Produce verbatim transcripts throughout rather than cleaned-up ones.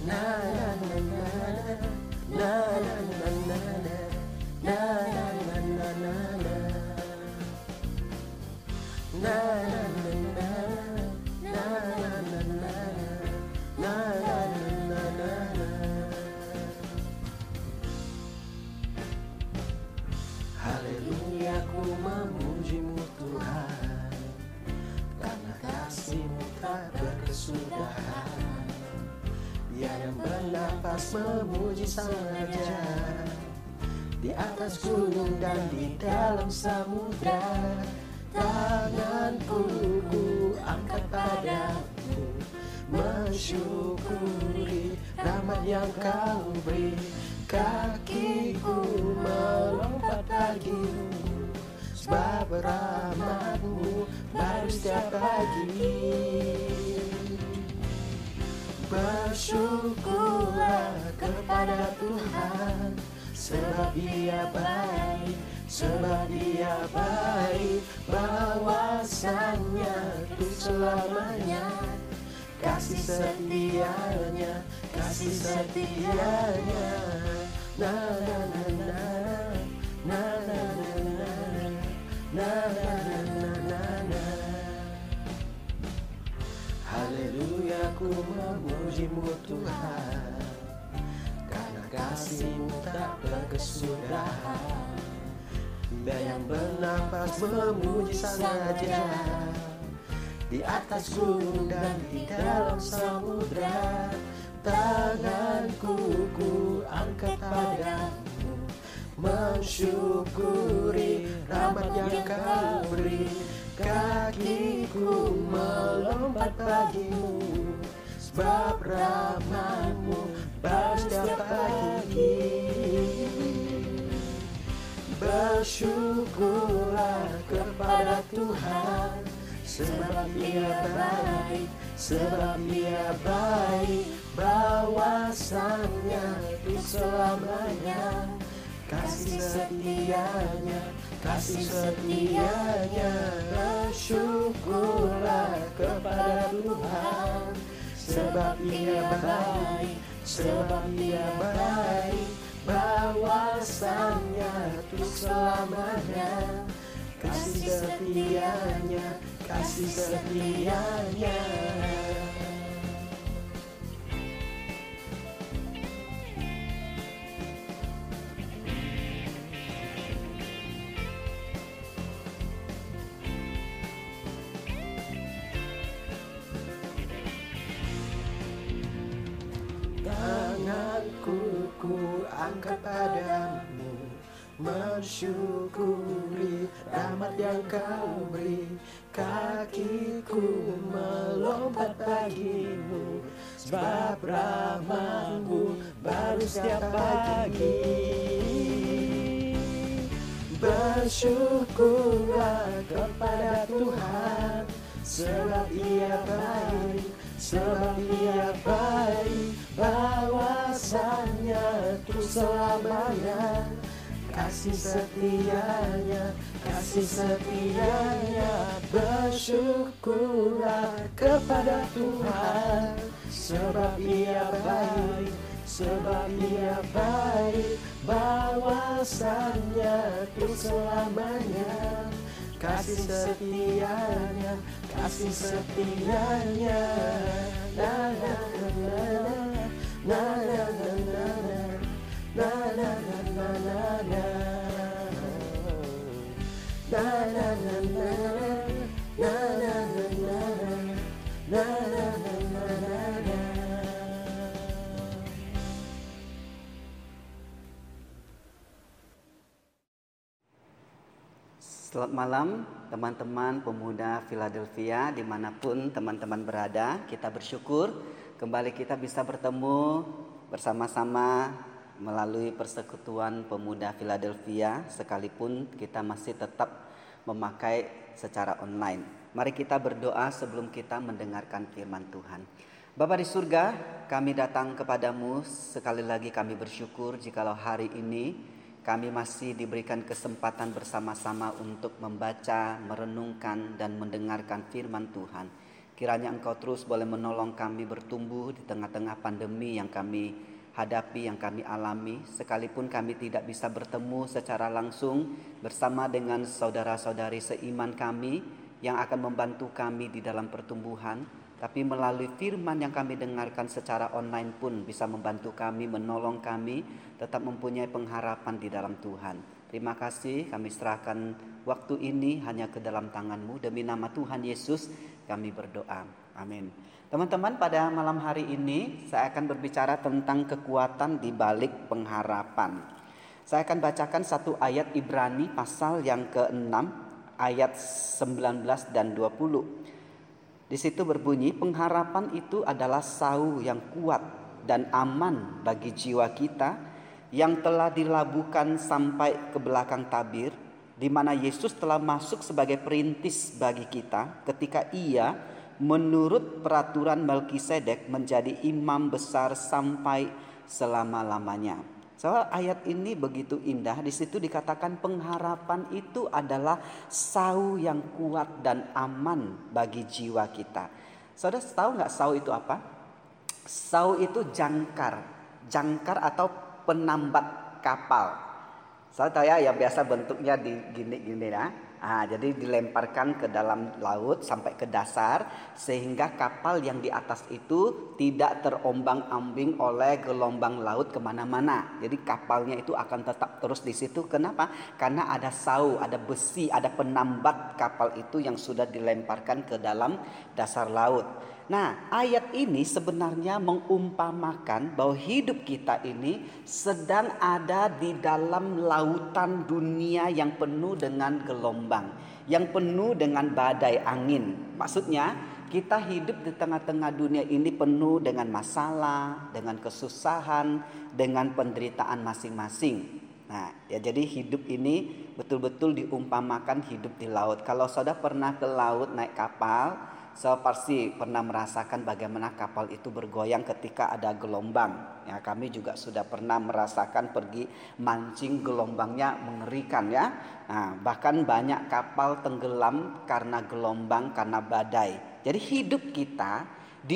na na na na na na na na na na na na na na. Na na na na na na na na na na na na. Haleluya, ku memuji-Mu Tuhan, karena kasih-Mu tak berkesudahan. Dia yang bernapas memuji Sang Raja, di atas gunung dan di dalam samudra. Tanganku ku angkat padamu, mensyukuri rahmat yang Kau beri. Kakiku melompat bagimu, sebab rahmat-Mu baru setiap pagi. Bersyukurlah kepada Tuhan, sebab Dia baik, sebab Dia baik. Bahwasanya untuk selamanya, kasih setianya, kasih setianya. Na na na na na na na na na na na na na. Haleluya, ku memuji-Mu Tuhan, karena kasih-Mu tak berkesudahan. Dia yang bernapas memuji Sang Raja, di atas gunung dan di dalam samudra. Tanganku ku angkat padamu, mensyukuri rahmat yang Kau beri. Kakiku melompat bagimu, sebab rahmat-Mu baru setiap pagi. Bersyukurlah kepada Tuhan, sebab Dia baik, sebab Dia baik. Bahwasanya untuk selamanya, kasih setianya, kasih setianya. Bersyukurlah kepada Tuhan, sebab Dia baik, sebab Dia baik. Bahwasanya untuk selamanya, kasih setianya, kasih setianya. Tanganku ku angkat padamu, mensyukuri rahmat yang Kau beri. Kakiku melompat bagimu, sebab rahmat-Mu baru setiap pagi. Bersyukurlah kepada Tuhan, sebab Dia baik, sebab Dia baik. Bahwasanya untuk selamanya, kasih setianya, kasih setianya. Bersyukurlah kepada Tuhan, sebab Dia baik, sebab Dia baik. Bahwasanya untuk selamanya, kasih setianya, kasih setianya. Na na na na na na na na na na na na na na. Na na na na na na na na na na na na na. Selamat malam teman-teman pemuda Philadelphia, dimanapun teman-teman berada. Kita bersyukur kembali kita bisa bertemu bersama-sama melalui persekutuan pemuda Philadelphia, sekalipun kita masih tetap memakai secara online. Mari kita berdoa sebelum kita mendengarkan firman Tuhan. Bapa di surga, kami datang kepadamu, sekali lagi kami bersyukur jikalau hari ini kami masih diberikan kesempatan bersama-sama untuk membaca, merenungkan, dan mendengarkan firman Tuhan. Kiranya Engkau terus boleh menolong kami bertumbuh di tengah-tengah pandemi yang kami hadapi, yang kami alami. Sekalipun kami tidak bisa bertemu secara langsung bersama dengan saudara-saudari seiman kami yang akan membantu kami di dalam pertumbuhan, tapi melalui firman yang kami dengarkan secara online pun bisa membantu kami, menolong kami tetap mempunyai pengharapan di dalam Tuhan. Terima kasih, kami serahkan waktu ini hanya ke dalam tangan-Mu. Demi nama Tuhan Yesus kami berdoa. Amin. Teman-teman, pada malam hari ini saya akan berbicara tentang kekuatan di balik pengharapan. Saya akan bacakan satu ayat Ibrani pasal yang keenam ayat sembilan belas dan dua puluh. Di situ berbunyi, pengharapan itu adalah sau yang kuat dan aman bagi jiwa kita yang telah dilabuhkan sampai ke belakang tabir, di mana Yesus telah masuk sebagai perintis bagi kita ketika Ia menurut peraturan Melkisedek menjadi imam besar sampai selama-lamanya. Soal ayat ini begitu indah. Di situ dikatakan pengharapan itu adalah sau yang kuat dan aman bagi jiwa kita. Saudara tahu nggak sau itu apa? Sau itu jangkar, jangkar atau penambat kapal. Saya tahu ya, yang biasa bentuknya di gini-gini ya. Ah, jadi dilemparkan ke dalam laut sampai ke dasar sehingga kapal yang di atas itu tidak terombang-ambing oleh gelombang laut kemana-mana. Jadi kapalnya itu akan tetap terus di situ. Kenapa? Karena ada sau, ada besi, ada penambat kapal itu yang sudah dilemparkan ke dalam dasar laut. Nah, ayat ini sebenarnya mengumpamakan bahwa hidup kita ini sedang ada di dalam lautan dunia yang penuh dengan gelombang, yang penuh dengan badai angin. Maksudnya, kita hidup di tengah-tengah dunia ini penuh dengan masalah, dengan kesusahan, dengan penderitaan masing-masing. Nah, ya jadi hidup ini betul-betul diumpamakan hidup di laut. Kalau saudara pernah ke laut naik kapal, saya pasti pernah merasakan bagaimana kapal itu bergoyang ketika ada gelombang. Ya, kami juga sudah pernah merasakan pergi mancing, gelombangnya mengerikan ya. Nah, bahkan banyak kapal tenggelam karena gelombang, karena badai. Jadi hidup kita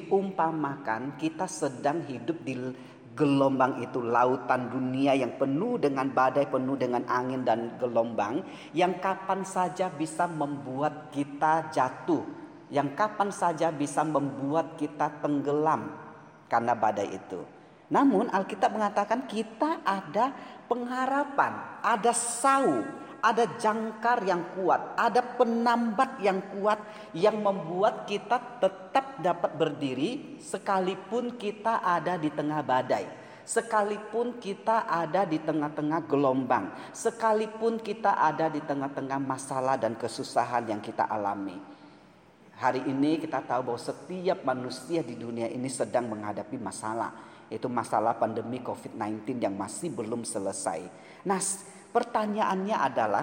diumpamakan kita sedang hidup di gelombang itu, lautan dunia yang penuh dengan badai, penuh dengan angin dan gelombang, yang kapan saja bisa membuat kita jatuh, yang kapan saja bisa membuat kita tenggelam karena badai itu. Namun Alkitab mengatakan kita ada pengharapan, ada sau, ada jangkar yang kuat, ada penambat yang kuat yang membuat kita tetap dapat berdiri sekalipun kita ada di tengah badai, sekalipun kita ada di tengah-tengah gelombang, sekalipun kita ada di tengah-tengah masalah dan kesusahan yang kita alami. Hari ini kita tahu bahwa setiap manusia di dunia ini sedang menghadapi masalah. Itu masalah pandemi covid sembilan belas yang masih belum selesai. Nah, pertanyaannya adalah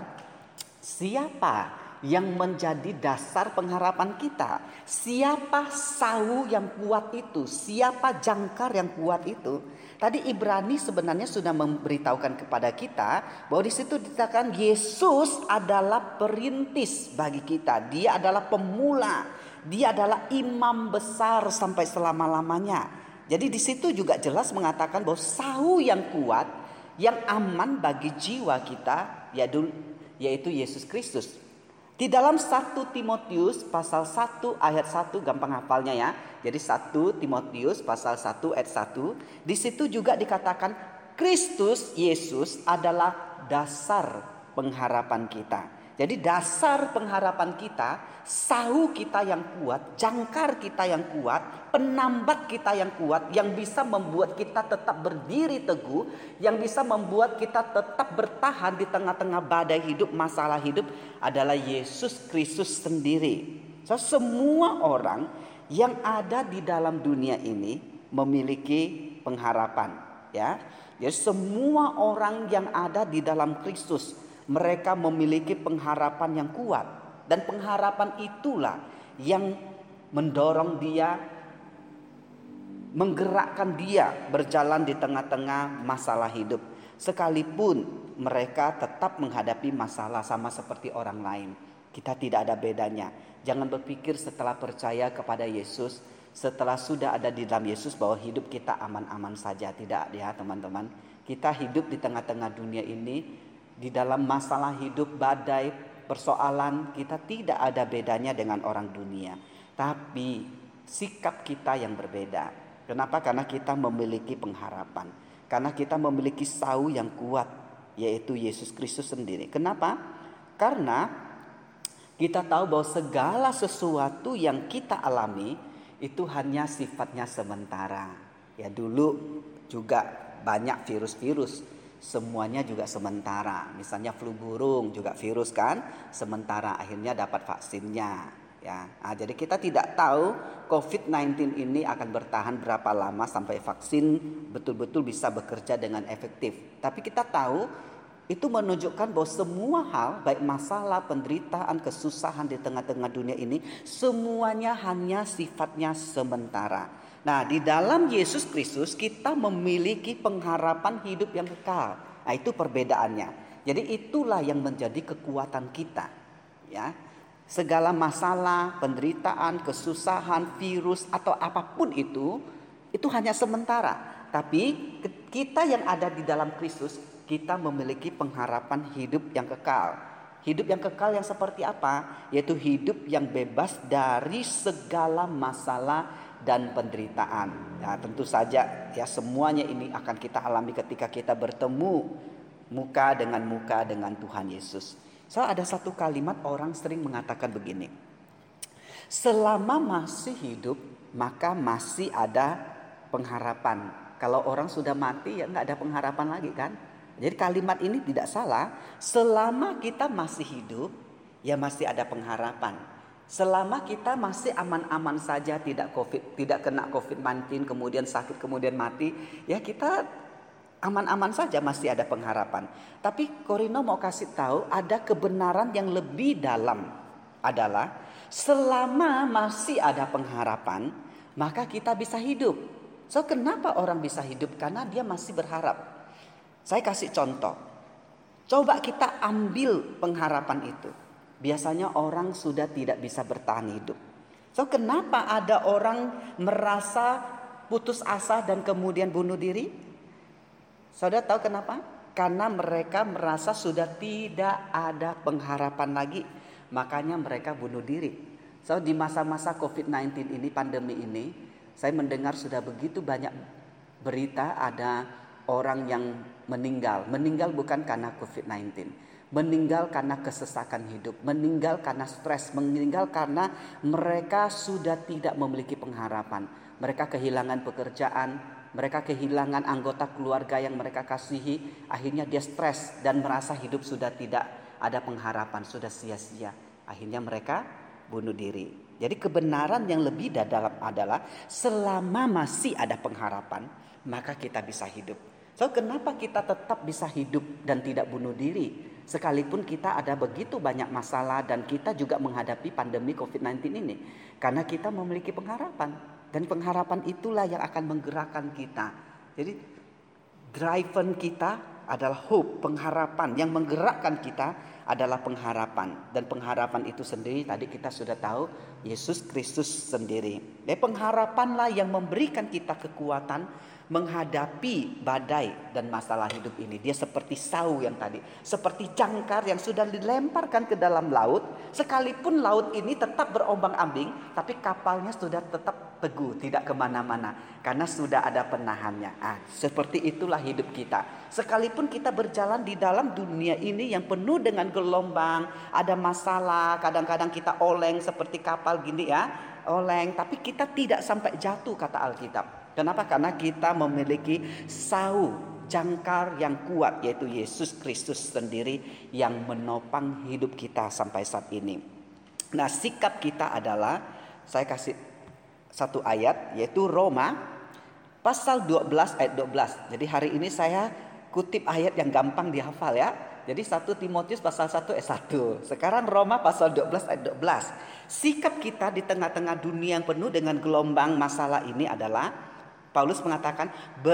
siapa yang menjadi dasar pengharapan kita? Siapa sau yang kuat itu? Siapa jangkar yang kuat itu? Tadi Ibrani sebenarnya sudah memberitahukan kepada kita bahwa di situ dikatakan Yesus adalah perintis bagi kita. Dia adalah pemula. Dia adalah imam besar sampai selama-lamanya. Jadi di situ juga jelas mengatakan bahwa sau yang kuat, yang aman bagi jiwa kita, yaitu Yesus Kristus. Di dalam satu Timotius pasal satu ayat satu, gampang hafalnya ya. Jadi satu Timotius pasal satu ayat satu, di situ juga dikatakan Kristus Yesus adalah dasar pengharapan kita. Jadi dasar pengharapan kita, sau kita yang kuat, jangkar kita yang kuat, penambat kita yang kuat, yang bisa membuat kita tetap berdiri teguh, yang bisa membuat kita tetap bertahan di tengah-tengah badai hidup, masalah hidup adalah Yesus Kristus sendiri. So, semua orang yang ada di dalam dunia ini memiliki pengharapan, ya. Jadi semua orang yang ada di dalam Kristus, mereka memiliki pengharapan yang kuat. Dan pengharapan itulah yang mendorong dia, menggerakkan dia berjalan di tengah-tengah masalah hidup. Sekalipun mereka tetap menghadapi masalah sama seperti orang lain. Kita tidak ada bedanya. Jangan berpikir setelah percaya kepada Yesus, setelah sudah ada di dalam Yesus bahwa hidup kita aman-aman saja. Tidak ya teman-teman. Kita hidup di tengah-tengah dunia ini, di dalam masalah hidup, badai, persoalan, kita tidak ada bedanya dengan orang dunia. Tapi sikap kita yang berbeda. Kenapa? Karena kita memiliki pengharapan. Karena kita memiliki sau yang kuat, yaitu Yesus Kristus sendiri. Kenapa? Karena kita tahu bahwa segala sesuatu yang kita alami itu hanya sifatnya sementara. Ya dulu juga banyak virus-virus, semuanya juga sementara. Misalnya flu burung juga virus kan, sementara, akhirnya dapat vaksinnya. Ya, nah, jadi kita tidak tahu covid sembilan belas ini akan bertahan berapa lama sampai vaksin betul-betul bisa bekerja dengan efektif. Tapi kita tahu itu menunjukkan bahwa semua hal, baik masalah, penderitaan, kesusahan di tengah-tengah dunia ini, semuanya hanya sifatnya sementara. Nah, di dalam Yesus Kristus kita memiliki pengharapan hidup yang kekal. Nah, itu perbedaannya. Jadi itulah yang menjadi kekuatan kita. Ya, segala masalah, penderitaan, kesusahan, virus atau apapun itu, itu hanya sementara. Tapi kita yang ada di dalam Kristus, kita memiliki pengharapan hidup yang kekal. Hidup yang kekal yang seperti apa? Yaitu hidup yang bebas dari segala masalah dan penderitaan. Ya, tentu saja ya semuanya ini akan kita alami ketika kita bertemu muka dengan muka dengan Tuhan Yesus. So ada satu kalimat orang sering mengatakan begini. Selama masih hidup maka masih ada pengharapan. Kalau orang sudah mati ya nggak ada pengharapan lagi kan? Jadi kalimat ini tidak salah. Selama kita masih hidup, ya masih ada pengharapan. Selama kita masih aman-aman saja, tidak COVID, tidak kena covid sembilan belas, kemudian sakit, kemudian mati, ya kita aman-aman saja, masih ada pengharapan. Tapi Korino mau kasih tahu ada kebenaran yang lebih dalam, adalah selama masih ada pengharapan, maka kita bisa hidup. So kenapa orang bisa hidup? Karena dia masih berharap. Saya kasih contoh. Coba kita ambil pengharapan itu. Biasanya orang sudah tidak bisa bertahan hidup. So kenapa ada orang merasa putus asa dan kemudian bunuh diri? Saudara tahu kenapa? Karena mereka merasa sudah tidak ada pengharapan lagi. Makanya mereka bunuh diri. So di masa-masa covid sembilan belas ini, pandemi ini, saya mendengar sudah begitu banyak berita ada orang yang meninggal. Meninggal bukan karena covid sembilan belas. Meninggal karena kesesakan hidup. Meninggal karena stres. Meninggal karena mereka sudah tidak memiliki pengharapan. Mereka kehilangan pekerjaan. Mereka kehilangan anggota keluarga yang mereka kasihi. Akhirnya dia stres dan merasa hidup sudah tidak ada pengharapan. Sudah sia-sia. Akhirnya mereka bunuh diri. Jadi kebenaran yang lebih dalam adalah selama masih ada pengharapan, maka kita bisa hidup. So kenapa kita tetap bisa hidup dan tidak bunuh diri? Sekalipun kita ada begitu banyak masalah dan kita juga menghadapi pandemi covid sembilan belas ini. Karena kita memiliki pengharapan. Dan pengharapan itulah yang akan menggerakkan kita. Jadi driven kita adalah hope, pengharapan. Yang menggerakkan kita adalah pengharapan. Dan pengharapan itu sendiri tadi kita sudah tahu Yesus Kristus sendiri. Jadi pengharapanlah yang memberikan kita kekuatan menghadapi badai dan masalah hidup ini. Dia seperti sau yang tadi, seperti jangkar yang sudah dilemparkan ke dalam laut. Sekalipun laut ini tetap berombang-ambing, tapi kapalnya sudah tetap teguh, tidak kemana-mana, karena sudah ada penahannya. Ah, seperti itulah hidup kita. Sekalipun kita berjalan di dalam dunia ini yang penuh dengan gelombang, ada masalah, kadang-kadang kita oleng seperti kapal gini ya, oleng, tapi kita tidak sampai jatuh kata Alkitab. Kenapa? Karena kita memiliki sau jangkar yang kuat, yaitu Yesus Kristus sendiri yang menopang hidup kita sampai saat ini. Nah, sikap kita adalah, saya kasih satu ayat, yaitu Roma pasal dua belas ayat dua belas. Jadi hari ini saya kutip ayat yang gampang dihafal ya. Jadi satu Timotius pasal satu ayat satu. Sekarang Roma pasal dua belas ayat dua belas. Sikap kita di tengah-tengah dunia yang penuh dengan gelombang masalah ini adalah, Paulus mengatakan,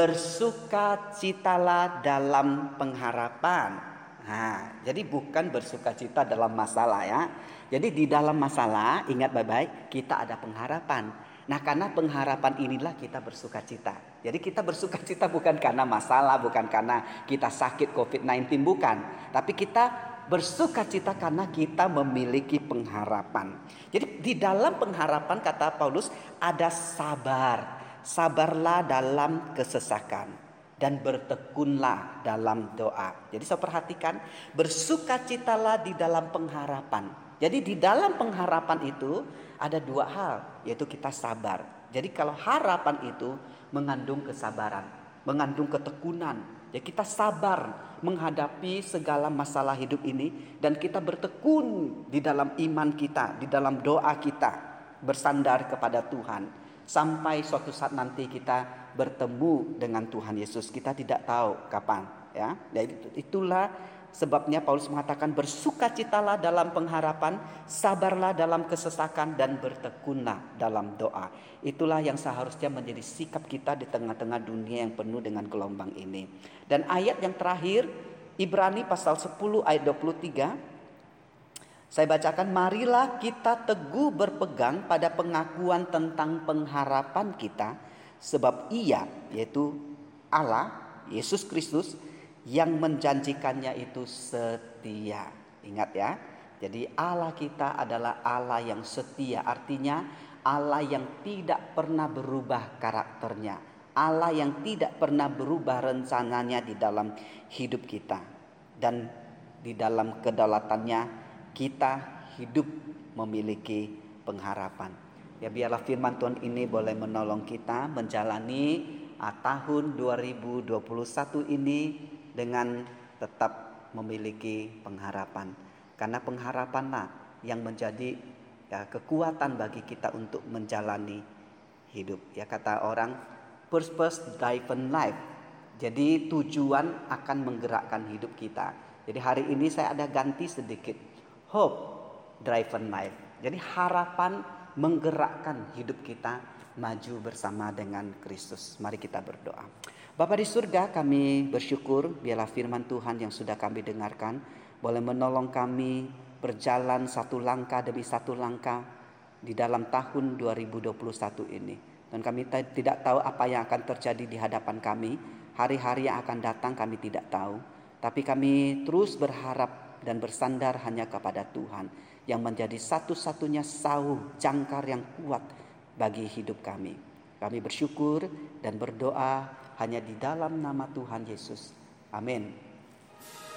bersukacitalah dalam pengharapan. Nah, jadi bukan bersukacita dalam masalah ya. Jadi di dalam masalah, ingat baik-baik, kita ada pengharapan. Nah, karena pengharapan inilah kita bersuka cita. Jadi kita bersuka cita bukan karena masalah, bukan karena kita sakit covid sembilan belas, bukan. Tapi kita bersuka cita karena kita memiliki pengharapan. Jadi di dalam pengharapan, kata Paulus, ada sabar. Sabarlah dalam kesesakan dan bertekunlah dalam doa. Jadi saya perhatikan, bersukacitalah di dalam pengharapan. Jadi di dalam pengharapan itu ada dua hal, yaitu kita sabar. Jadi kalau harapan itu mengandung kesabaran, mengandung ketekunan. Jadi kita sabar menghadapi segala masalah hidup ini dan kita bertekun di dalam iman kita, di dalam doa kita, bersandar kepada Tuhan. Sampai suatu saat nanti kita bertemu dengan Tuhan Yesus, kita tidak tahu kapan, ya. Jadi itulah sebabnya Paulus mengatakan bersukacitalah dalam pengharapan, sabarlah dalam kesesakan dan bertekunlah dalam doa. Itulah yang seharusnya menjadi sikap kita di tengah-tengah dunia yang penuh dengan gelombang ini. Dan ayat yang terakhir, Ibrani pasal sepuluh ayat dua puluh tiga. Saya bacakan, marilah kita teguh berpegang pada pengakuan tentang pengharapan kita, sebab Ia, yaitu Allah, Yesus Kristus, yang menjanjikannya itu setia. Ingat ya, jadi Allah kita adalah Allah yang setia. Artinya Allah yang tidak pernah berubah karakternya, Allah yang tidak pernah berubah rencananya di dalam hidup kita. Dan di dalam kedaulatannya kita hidup memiliki pengharapan. Ya, biarlah firman Tuhan ini boleh menolong kita menjalani ah, tahun dua ribu dua puluh satu ini dengan tetap memiliki pengharapan. Karena pengharapanlah yang menjadi ya, kekuatan bagi kita untuk menjalani hidup. Ya, kata orang, purpose driven life. Jadi tujuan akan menggerakkan hidup kita. Jadi hari ini saya ada ganti sedikit, hope driven life. Jadi harapan menggerakkan hidup kita maju bersama dengan Kristus. Mari kita berdoa. Bapa di surga, kami bersyukur biarlah firman Tuhan yang sudah kami dengarkan boleh menolong kami berjalan satu langkah demi satu langkah di dalam tahun dua ribu dua puluh satu ini. Dan kami t- tidak tahu apa yang akan terjadi di hadapan kami. Hari-hari yang akan datang kami tidak tahu. Tapi kami terus berharap dan bersandar hanya kepada Tuhan yang menjadi satu-satunya sauh jangkar yang kuat bagi hidup kami. Kami bersyukur dan berdoa hanya di dalam nama Tuhan Yesus. Amin.